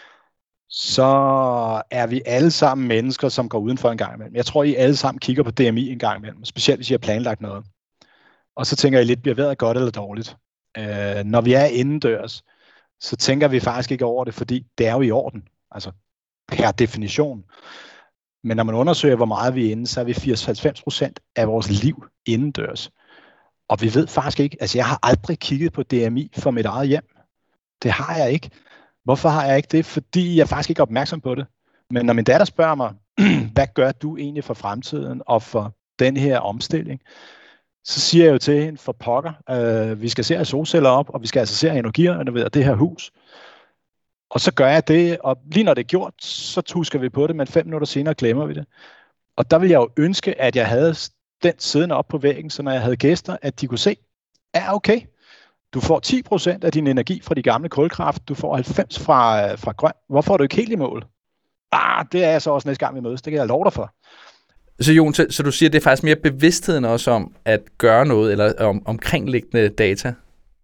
så er vi alle sammen mennesker, som går udenfor en gang imellem. Jeg tror, I alle sammen kigger på D M I en gang imellem, specielt hvis I har planlagt noget. Og så tænker I lidt, bliver vejret godt eller dårligt? Øh, når vi er indendørs, så tænker vi faktisk ikke over det, fordi det er jo i orden, altså per definition. Men når man undersøger, hvor meget vi er inde, så er vi firs til halvfems procent af vores liv indendørs. Og vi ved faktisk ikke, altså jeg har aldrig kigget på D M I for mit eget hjem. Det har jeg ikke. Hvorfor har jeg ikke det? Fordi jeg faktisk ikke er opmærksom på det. Men når min datter spørger mig, hvad gør du egentlig for fremtiden og for den her omstilling, så siger jeg jo til hende, for pokker, øh, vi skal se solceller op, og vi skal altså se energirenovere det her hus. Og så gør jeg det, og lige når det er gjort, så tusker vi på det, men fem minutter senere glemmer vi det. Og der vil jeg jo ønske, at jeg havde den siddende op på væggen, så når jeg havde gæster, at de kunne se, ja okay, du får ti procent af din energi fra de gamle kulkraft, du får halvfems fra, fra grøn. Hvorfor er du ikke helt i mål? Ah, det er jeg så også næste gang vi mødes, det kan jeg love dig for. Så Jon, så, så du siger, det er faktisk mere bevidstheden også om at gøre noget, eller om, omkringliggende data?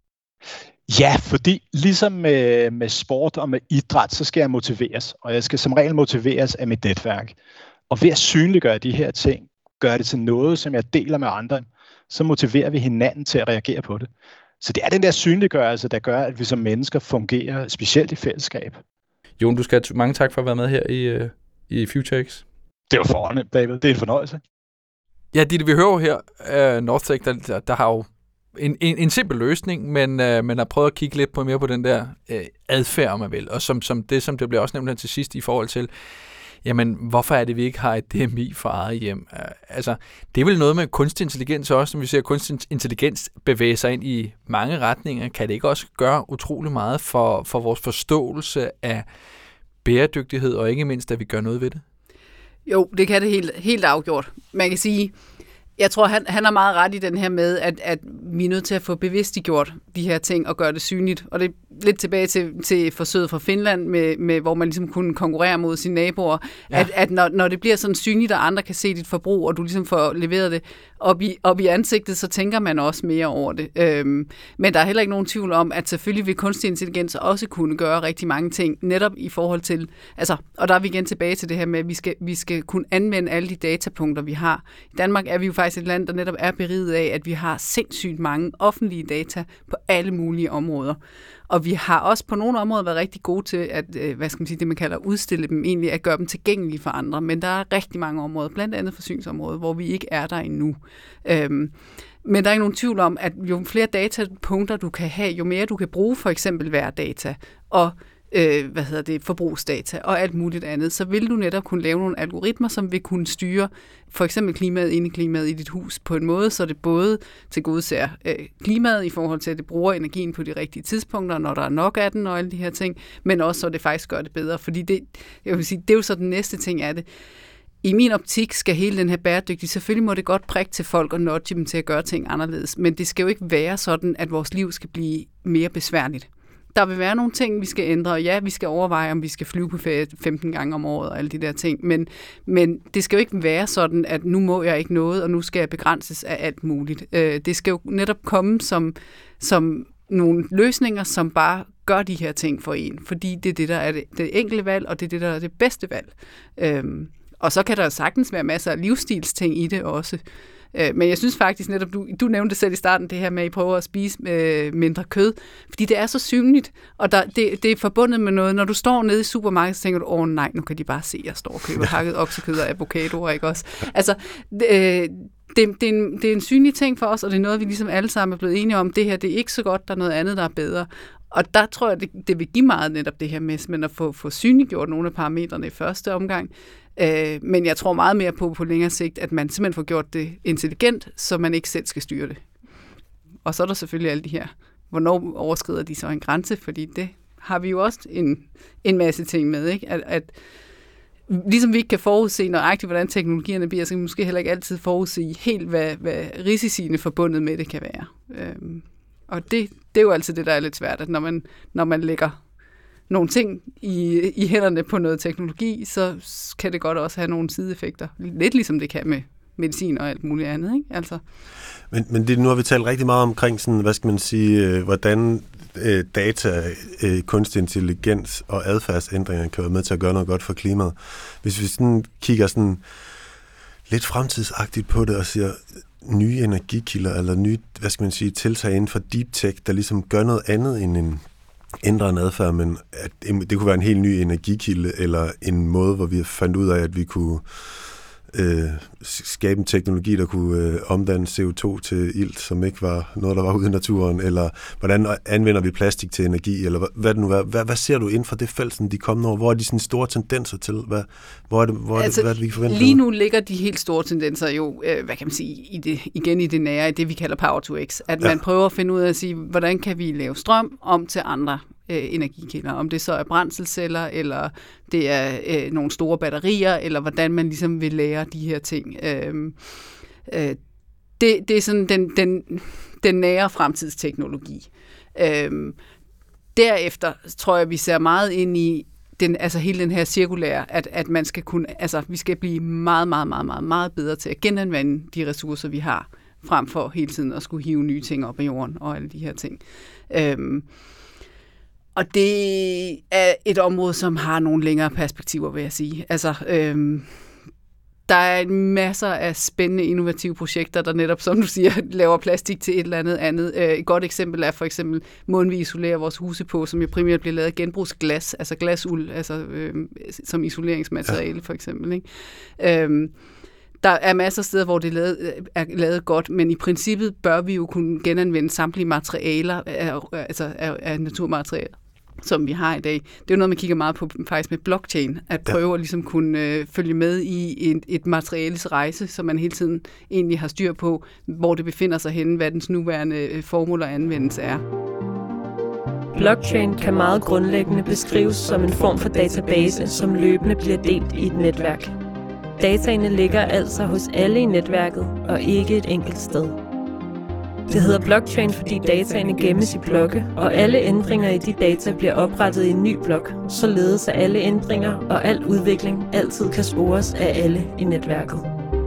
Ja, fordi ligesom med, med sport og med idræt, så skal jeg motiveres, og jeg skal som regel motiveres af mit netværk. Og ved at synliggøre de her ting, gøre det til noget, som jeg deler med andre, så motiverer vi hinanden til at reagere på det. Så det er den der synliggørelse, der gør, at vi som mennesker fungerer specielt i fællesskab. Jon, du skal have mange tak for at være med her i, uh, i FutureX. Det var fornemt, David. Det er en fornøjelse. Ja, det vi hører her, uh, Northtech, der, der, der har jo en, en, en simpel løsning, men uh, man har prøvet at kigge lidt på mere på den der uh, adfærd, om man vil. Og som, som det, som det bliver også nævnt her til sidst i forhold til, jamen, hvorfor er det, vi ikke har et D M I for eget hjem? Uh, altså, det er vel noget med kunstig intelligens også, når vi ser kunstig intelligens bevæge sig ind i mange retninger. Kan det ikke også gøre utrolig meget for, for vores forståelse af bæredygtighed, og ikke mindst, at vi gør noget ved det? Jo, det kan det helt, helt afgjort. Man kan sige, jeg tror, han, han har meget ret i den her med, at, at vi er nødt til at få bevidstgjort de her ting og gøre det synligt. Og det er lidt tilbage til, til forsøget fra Finland, med, med, hvor man ligesom kunne konkurrere mod sine naboer. Ja. At, at når, når det bliver sådan synligt, og andre kan se dit forbrug, og du ligesom får leveret det op i, op i ansigtet, så tænker man også mere over det. Øhm, men der er heller ikke nogen tvivl om, at selvfølgelig vil kunstig intelligens også kunne gøre rigtig mange ting, netop i forhold til, altså, og der er vi igen tilbage til det her med, at vi skal, vi skal kunne anvende alle de datapunkter, vi har. I Danmark er vi jo faktisk et land, der netop er beriget af, at vi har sindssygt mange offentlige data på alle mulige områder. Og vi har også på nogle områder været rigtig gode til at, hvad skal man sige, det man kalder udstille dem, egentlig at gøre dem tilgængelige for andre. Men der er rigtig mange områder, blandt andet forsyningsområdet, hvor vi ikke er der endnu. Øhm, men der er ikke nogen tvivl om, at jo flere datapunkter du kan have, jo mere du kan bruge for eksempel hver data og øh, hvad hedder det, forbrugsdata og alt muligt andet, så vil du netop kunne lave nogle algoritmer, som vil kunne styre for eksempel klimaet, indeklimaet i dit hus på en måde, så det både tilgodeser øh, klimaet i forhold til, at det bruger energien på de rigtige tidspunkter, når der er nok af den og alle de her ting, men også så det faktisk gør det bedre, fordi det, jeg vil sige, det er jo så den næste ting af det. I min optik skal hele den her bæredygtige, selvfølgelig må det godt prikke til folk og nudge dem til at gøre ting anderledes, men det skal jo ikke være sådan, at vores liv skal blive mere besværligt. Der vil være nogle ting, vi skal ændre, og ja, vi skal overveje, om vi skal flyve på ferie femten gange om året og alle de der ting, men, men det skal jo ikke være sådan, at nu må jeg ikke noget, og nu skal jeg begrænses af alt muligt. Det skal jo netop komme som, som nogle løsninger, som bare gør de her ting for en, fordi det er det, der er det, det enkelte valg, og det er det, der er det bedste valg. Øhm, og så kan der sagtens være masser af livsstilsting i det også. Men jeg synes faktisk netop, du, du nævnte selv i starten det her med, at I prøver at spise øh, mindre kød, fordi det er så synligt, og der, det, det er forbundet med noget. Når du står nede i supermarkedet, så tænker du, åh nej, nu kan de bare se, at jeg står og køber hakket oksekød og avocadoer, ikke også? Altså, øh, det, det, er en, det er en synlig ting for os, og det er noget, vi ligesom alle sammen er blevet enige om. Det her, det er ikke så godt, der er noget andet, der er bedre. Og der tror jeg, det, det vil give meget netop det her med, men at få, få synliggjort nogle af parametrene i første omgang. Øh, men jeg tror meget mere på på længere sigt, at man simpelthen får gjort det intelligent, så man ikke selv skal styre det. Og så er der selvfølgelig alle de her, hvornår overskrider de så en grænse, fordi det har vi jo også en, en masse ting med, ikke? At, at ligesom vi ikke kan forudse nøjagtigt, hvordan teknologierne bliver, så kan vi måske heller ikke altid forudse helt, hvad, hvad risiciene forbundet med det kan være. Øhm, og det, det er jo altid det, der er lidt svært, at når man, når man lægger nogle ting i, i hænderne på noget teknologi, så kan det godt også have nogle sideeffekter. Lidt ligesom det kan med medicin og alt muligt andet, ikke? Altså. Men, men det, nu har vi talt rigtig meget omkring, sådan, hvad skal man sige, øh, hvordan øh, data, øh, kunstig intelligens og adfærdsændringer kan være med til at gøre noget godt for klimaet. Hvis vi sådan kigger sådan lidt fremtidsagtigt på det og siger nye energikilder eller nye, hvad skal man sige, tiltag inden for deep tech, der ligesom gør noget andet end en ændre en adfærd, men at det kunne være en helt ny energikilde, eller en måde, hvor vi fandt ud af, at vi kunne øh, skabe en teknologi, der kunne øh, omdanne C O to til ilt, som ikke var noget, der var ude i naturen, eller hvordan anvender vi plastik til energi, eller hvad, hvad det nu er. Hvad, hvad ser du inden for det felt, sådan de kommende år? Hvor er de sådan store tendenser til? Hvad, hvor er det, hvor altså, er det, hvad er det, vi kan forvente? Lige nu ligger de helt store tendenser jo, øh, hvad kan man sige, i det, igen i det nære, i det vi kalder power to x. At man ja. prøver at finde ud af at sige, hvordan kan vi lave strøm om til andre øh, energikilder. Om det så er brændselsceller, eller det er øh, nogle store batterier, eller hvordan man ligesom vil lære de her ting. Øh, øh, det, det er sådan den, den, den nære fremtidsteknologi. Øh, derefter tror jeg, vi ser meget ind i den, altså hele den her cirkulære, at, at man skal kunne, altså vi skal blive meget, meget, meget, meget, meget bedre til at genanvende de ressourcer, vi har, frem for hele tiden at skulle hive nye ting op af jorden og alle de her ting. Øhm, og det er et område, som har nogle længere perspektiver, vil jeg sige. Altså, øhm, der er masser af spændende, innovative projekter, der netop, som du siger, laver plastik til et eller andet andet. Et godt eksempel er for eksempel måden, vi isolerer vores huse på, som jo primært bliver lavet af genbrugsglas, altså glasuld, altså, øhm, som isoleringsmateriale for eksempel. Ikke? Øhm, der er masser af steder, hvor det er lavet, er lavet godt, men i princippet bør vi jo kunne genanvende samtlige materialer, altså af, af naturmaterialer, som vi har i dag. Det er jo noget, man kigger meget på faktisk med blockchain, at prøve ja. at ligesom kunne øh, følge med i et, et materiales rejse, så man hele tiden egentlig har styr på, hvor det befinder sig henne, hvad dens nuværende formål og anvendelse er. Blockchain kan meget grundlæggende beskrives som en form for database, som løbende bliver delt i et netværk. Dataene ligger altså hos alle i netværket, og ikke et enkelt sted. Det hedder blockchain, fordi dataene gemmes i blokke, og alle ændringer i de data bliver oprettet i en ny blok, således at alle ændringer og al udvikling altid kan spores af alle i netværket.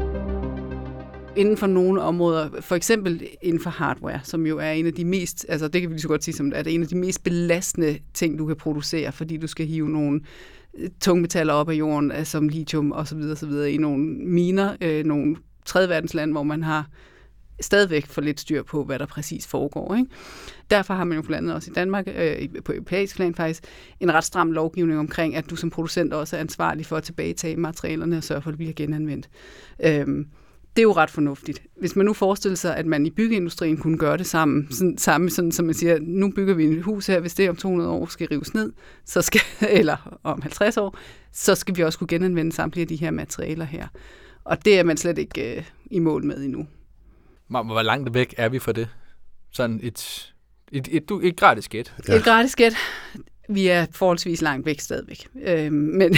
Inden for nogle områder, for eksempel inden for hardware, som jo er en af de mest, altså det kan vi lige så godt sige, som det er, det er en af de mest belastende ting, du kan producere, fordi du skal hive nogle tungmetaller op af jorden, som lithium og så videre, så videre i nogle miner, øh, nogle tredjeverdensland, hvor man har stadigvæk for lidt styr på, hvad der præcis foregår. Ikke? Derfor har man jo blandt andet også i Danmark, øh, på europæisk plan faktisk, en ret stram lovgivning omkring, at du som producent også er ansvarlig for at tilbagetage materialerne og sørge for, at det bliver genanvendt. Øhm, det er jo ret fornuftigt. Hvis man nu forestiller sig, at man i byggeindustrien kunne gøre det sammen, sådan, samme, sådan som man siger, nu bygger vi et hus her, hvis det om to hundrede år skal rives ned, så skal, eller om halvtreds år, så skal vi også kunne genanvende samtlige af de her materialer her. Og det er man slet ikke øh, i mål med endnu. Hvor langt væk er vi fra det? Sådan et, et, et, et, et gratis gæt. Ja. Et gratis gæt. Vi er forholdsvis langt væk stadigvæk. Øh, men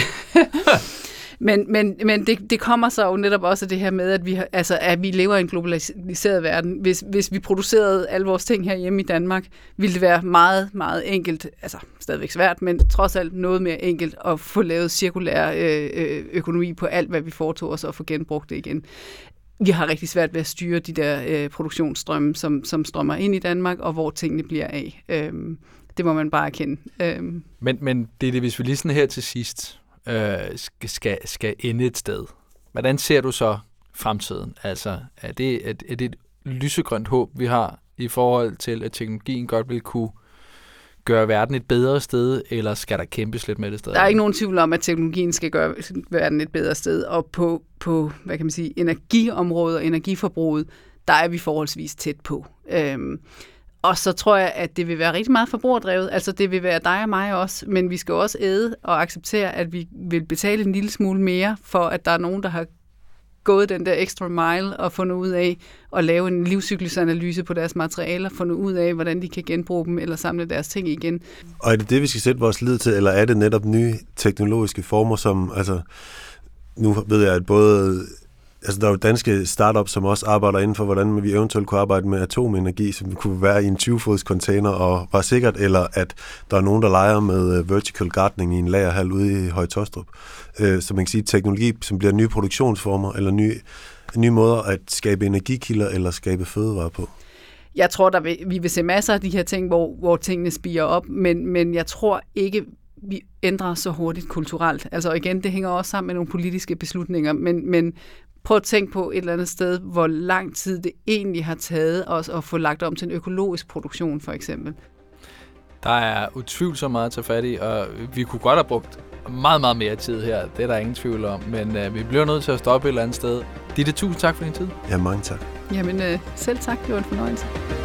men, men, men det, det kommer så jo netop også det her med, at vi, altså, at vi lever i en globaliseret verden. Hvis, hvis vi producerede alle vores ting herhjemme i Danmark, ville det være meget, meget enkelt, altså stadigvæk svært, men trods alt noget mere enkelt at få lavet cirkulær øh, økonomi på alt, hvad vi foretog os, og få genbrugt det igen. Vi har rigtig svært ved at styre de der øh, produktionsstrømme, som, som strømmer ind i Danmark, og hvor tingene bliver af. Øhm, det må man bare erkende. Øhm. Men, men det er det, hvis vi lige sådan her til sidst øh, skal, skal ende et sted. Hvordan ser du så fremtiden? Altså, er det, er, er det et lysegrønt håb, vi har i forhold til, at teknologien godt vil kunne gøre verden et bedre sted, eller skal der kæmpes lidt med det stadig? Der er ikke nogen tvivl om, at teknologien skal gøre verden et bedre sted, og på, på hvad kan man sige, energiområdet og energiforbruget, der er vi forholdsvis tæt på. Øhm, og så tror jeg, at det vil være rigtig meget forbrugerdrevet, altså det vil være dig og mig også, men vi skal også æde og acceptere, at vi vil betale en lille smule mere, for at der er nogen, der har gået den der ekstra mile og fundet ud af at lave en livscyklusanalyse på deres materialer, fundet ud af, hvordan de kan genbruge dem eller samle deres ting igen. Og er det det, vi skal sætte vores lid til, eller er det netop nye teknologiske former, som, altså, nu ved jeg, at både, altså der er jo danske startups, som også arbejder inden for, hvordan vi eventuelt kunne arbejde med atomenergi, som kunne være i en tyve-fods container og var sikkert, eller at der er nogen, der leger med vertical gardening i en lagerhal ude i Høje Taastrup. Øh, så man kan sige, teknologi, som bliver nye produktionsformer, eller nye, nye måder at skabe energikilder eller skabe fødevarer på. Jeg tror, der vil, vi vil se masser af de her ting, hvor, hvor tingene spiger op, men, men jeg tror ikke, vi ændrer så hurtigt kulturelt. Altså igen, det hænger også sammen med nogle politiske beslutninger, men, men prøv at tænke på et eller andet sted, hvor lang tid det egentlig har taget os at få lagt om til en økologisk produktion, for eksempel. Der er utvivlsomt meget at tage fat i, og vi kunne godt have brugt meget, meget mere tid her. Det er der ingen tvivl om, men øh, vi bliver nødt til at stoppe et eller andet sted. Ditte, tusind tak for din tid. Ja, mange tak. Jamen, øh, selv tak. Det var en fornøjelse.